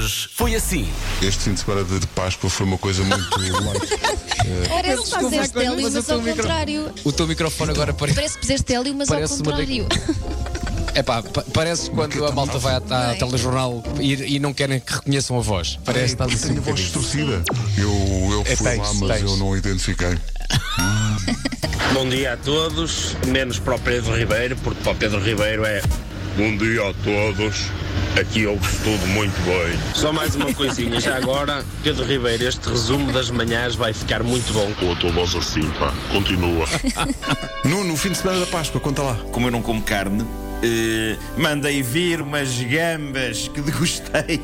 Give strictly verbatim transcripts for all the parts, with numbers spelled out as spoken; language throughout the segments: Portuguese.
Hoje foi assim. Este fim de semana de, de Páscoa foi uma coisa muito light. Parece que puseste hélio, mas o mas teu ao micro- contrário. O teu microfone agora parece. Parece que puseste hélio, mas ao Parece uma contrário. É pá, pa- parece quando a malta vai à, à Não é? telejornal e, e não querem que reconheçam a voz. Parece que estás assim. Tenho a voz distorcida. Eu, eu É, fui tens, lá, mas tens. eu não a identifiquei. Bom dia a todos, menos para o Pedro Ribeiro, porque para o Pedro Ribeiro é bom dia a todos, aqui ouve-se tudo muito bem. Só mais uma coisinha, já agora, Pedro Ribeiro, este resumo das manhãs vai ficar muito bom. Com a tua voz assim, pá, continua. Nuno, no fim de semana da Páscoa, conta lá. Como eu não como carne, eh, mandei vir umas gambas que degustei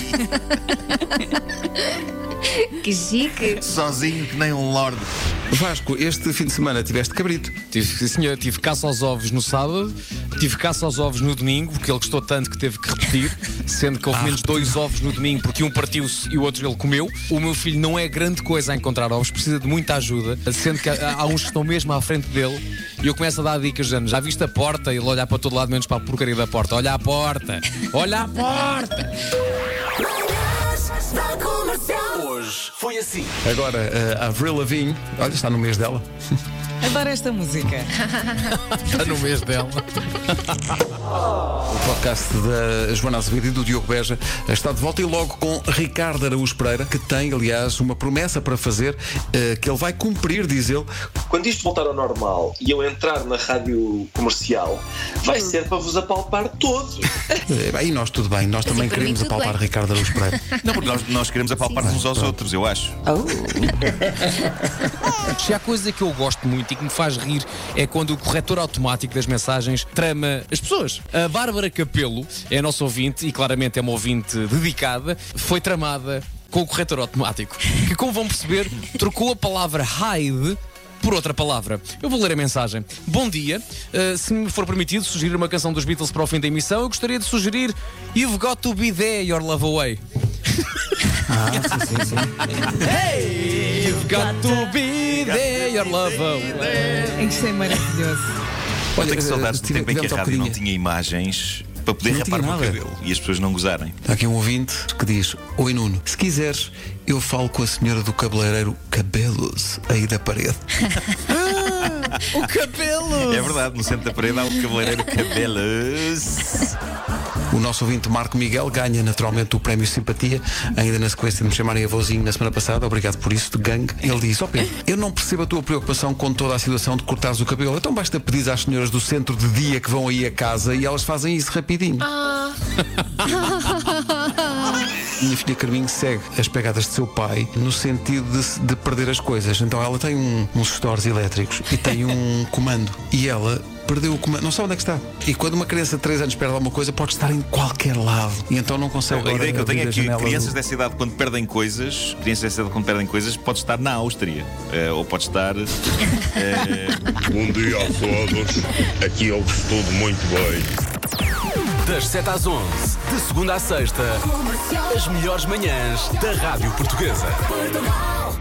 Que chique. sozinho que nem um lorde. Vasco, este fim de semana tiveste cabrito. Tive, sim, senhor, tive caça aos ovos no sábado, tive caça aos ovos no domingo, porque ele gostou tanto que teve que repetir, sendo que houve Ah, menos dois ovos no domingo, porque um partiu-se e o outro ele comeu. O meu filho não é grande coisa a encontrar ovos, precisa de muita ajuda, sendo que há, há uns que estão mesmo à frente dele, e eu começo a dar dicas, já, já viste a porta? Ele olhar para todo lado, menos para a porcaria da porta. Olha a porta! Olha a porta! Hoje foi assim. Agora, eh, a Avril Lavigne, olha, está no mês dela. Adoro esta música. Está no mês dela. O podcast da Joana Azevedo e do Diogo Beja está de volta e logo com Ricardo Araújo Pereira, que tem, aliás, uma promessa para fazer, eh, que ele vai cumprir, diz ele. Quando isto voltar ao normal e eu entrar na rádio comercial, vai ser para vos apalpar todos. Eh, bem, e nós tudo bem, nós também para mim queremos tudo apalpar bem. Ricardo Araújo Pereira. Não, porque nós, nós queremos apalpar-nos uns aos outros, eu acho. Se há coisa que eu gosto muito e que me faz rir é quando o corretor automático das mensagens trama as pessoas. A Bárbara Capelo é a nossa ouvinte e claramente é uma ouvinte dedicada, foi tramada com o corretor automático, que, como vão perceber, trocou a palavra hide por outra palavra. Eu vou ler a mensagem. Bom dia. Uh, se me for permitido sugerir uma canção dos Beatles para o fim da emissão, eu gostaria de sugerir You've Got to Be There, Your Love Away. Ah, sim, sim, sim. Hey, you've got to be there, your love away. Isto é maravilhoso. Olha, tenho eh, saudades do tive- tempo em que a tivemos há rádio não bocadinho. tinha imagens para poder Não rapar tinha o meu nada. cabelo e as pessoas não gozarem. Está aqui um ouvinte que diz: Oi Nuno, se quiseres, eu falo com a senhora do cabeleireiro Cabelos aí da parede. O cabelo! É verdade, no centro da parede há o cabeleireiro Cabelos. O nosso ouvinte Marco Miguel ganha naturalmente o prémio Simpatia, ainda na sequência de me chamarem avôzinho na semana passada, obrigado por isso, de gangue. Ele diz: Ó Pedro, eu não percebo a tua preocupação com toda a situação de cortares o cabelo, então basta pedir às senhoras do centro de dia que vão aí a casa e elas fazem isso rapidinho. Minha filha Carminho segue as pegadas de seu pai no sentido de, de perder as coisas. Então ela tem um, uns stores elétricos e tem um comando. E ela perdeu o comando, não sabe onde é que está. E quando uma criança de três anos perde alguma coisa, pode estar em qualquer lado. E então não consegue. A ideia que eu tenho é abrir a que janela crianças do- dessa idade, quando perdem coisas, crianças dessa idade, quando perdem coisas, pode estar na Áustria. Eh, ou pode estar. eh, Bom dia a todos, aqui ouve-se tudo muito bem. Das sete às onze, de segunda à sexta, as melhores manhãs da Rádio Portuguesa.